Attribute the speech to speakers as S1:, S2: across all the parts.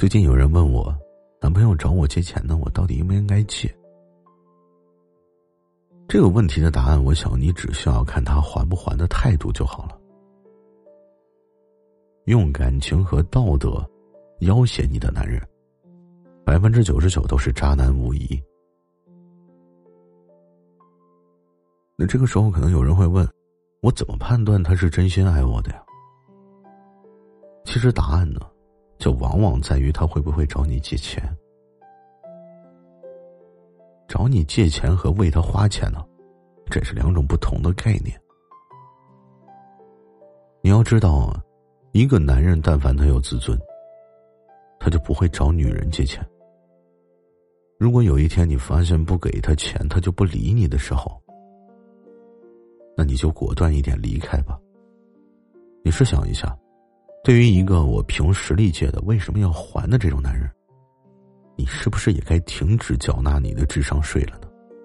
S1: 最近有人问我，男朋友找我借钱呢，我到底应不应该借？这个问题的答案，我想你只需要看他还不还的态度就好了。用感情和道德要挟你的男人，99%都是渣男无疑。那这个时候可能有人会问，我怎么判断他是真心爱我的呀？其实答案呢，就往往在于他会不会找你借钱。找你借钱和为他花钱呢，这是两种不同的概念。你要知道啊，一个男人但凡他有自尊，他就不会找女人借钱。如果有一天你发现不给他钱他就不理你的时候，那你就果断一点离开吧。你试想一下，对于一个我凭实力借的为什么要还的这种男人，你是不是也该停止缴纳你的智商税了呢？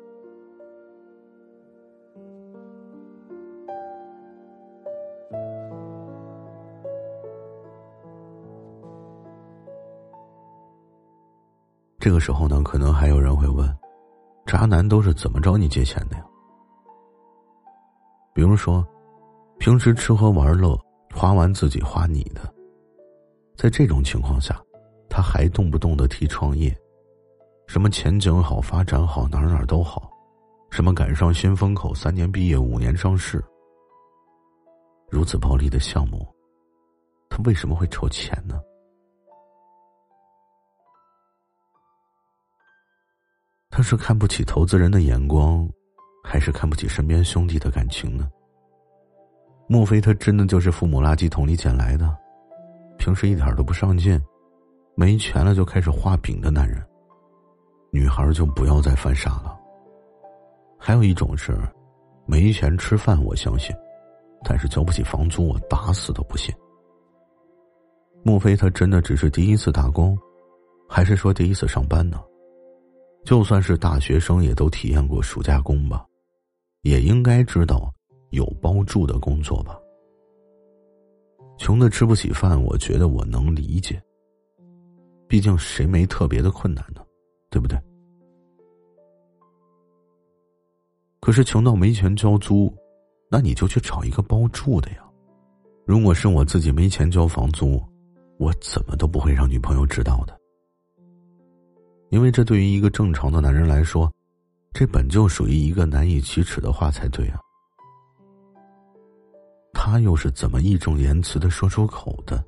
S1: 这个时候呢，可能还有人会问，渣男都是怎么找你借钱的呀？比如说，平时吃喝玩乐，花完自己花你的，在这种情况下，他还动不动的提创业，什么前景好、发展好，哪哪都好，什么赶上新风口，3年毕业5年上市，如此暴利的项目，他为什么会筹钱呢？他是看不起投资人的眼光，还是看不起身边兄弟的感情呢？莫非他真的就是父母垃圾桶里捡来的，平时一点都不上进，没钱了就开始画饼的男人？女孩就不要再犯傻了。还有一种是没钱吃饭，我相信，但是交不起房租，我打死都不信。莫非他真的只是第一次打工，还是说第一次上班呢？就算是大学生也都体验过暑假工吧，也应该知道有包住的工作吧。穷的吃不起饭，我觉得我能理解，毕竟谁没特别的困难呢，对不对？可是穷到没钱交租，那你就去找一个包住的呀。如果是我自己没钱交房租，我怎么都不会让女朋友知道的。因为这对于一个正常的男人来说，这本就属于一个难以启齿的话才对啊。他又是怎么义正言辞地说出口的？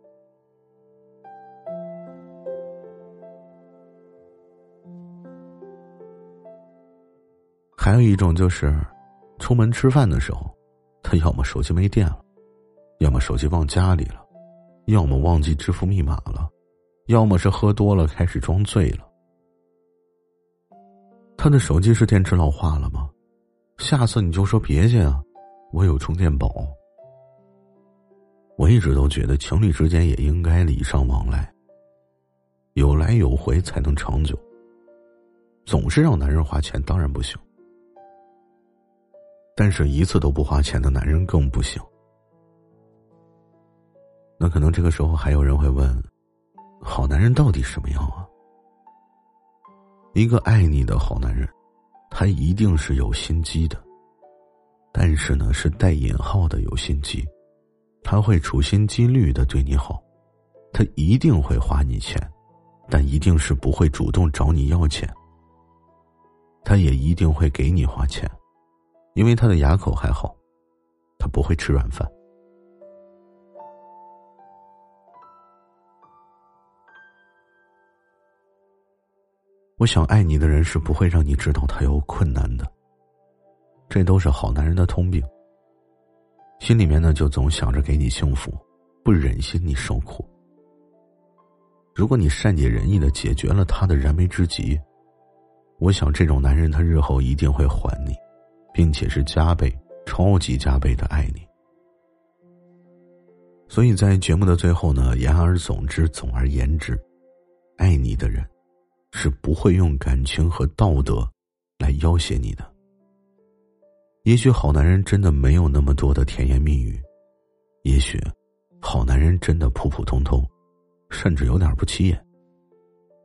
S1: 还有一种就是出门吃饭的时候，他要么手机没电了，要么手机忘家里了，要么忘记支付密码了，要么是喝多了开始装醉了。他的手机是电池老化了吗？下次你就说别介啊，我有充电宝。我一直都觉得情侣之间也应该礼尚往来，有来有回才能长久。总是让男人花钱当然不行，但是一次都不花钱的男人更不行。那可能这个时候还有人会问，好男人到底什么样啊？一个爱你的好男人，他一定是有心机的，但是呢，是带引号的有心机。他会处心积虑的对你好，他一定会花你钱，但一定是不会主动找你要钱。他也一定会给你花钱，因为他的牙口还好，他不会吃软饭。我想爱你的人是不会让你知道他有困难的，这都是好男人的通病。心里面呢就总想着给你幸福，不忍心你受苦。如果你善解人意的解决了他的燃眉之急，我想这种男人他日后一定会还你，并且是加倍、超级加倍的爱你。所以在节目的最后呢，言而总之，总而言之，爱你的人是不会用感情和道德来要挟你的。也许好男人真的没有那么多的甜言蜜语，也许好男人真的普普通通，甚至有点不起眼，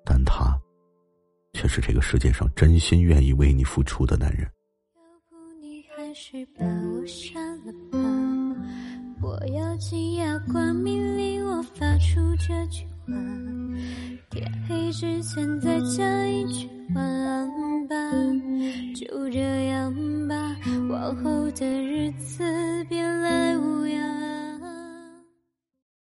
S1: 但他却是这个世界上真心愿意为你付出的男人。
S2: 要不你还是把我删了吧，我咬紧牙关，命令我发出这句话，天黑之前再讲一句晚安。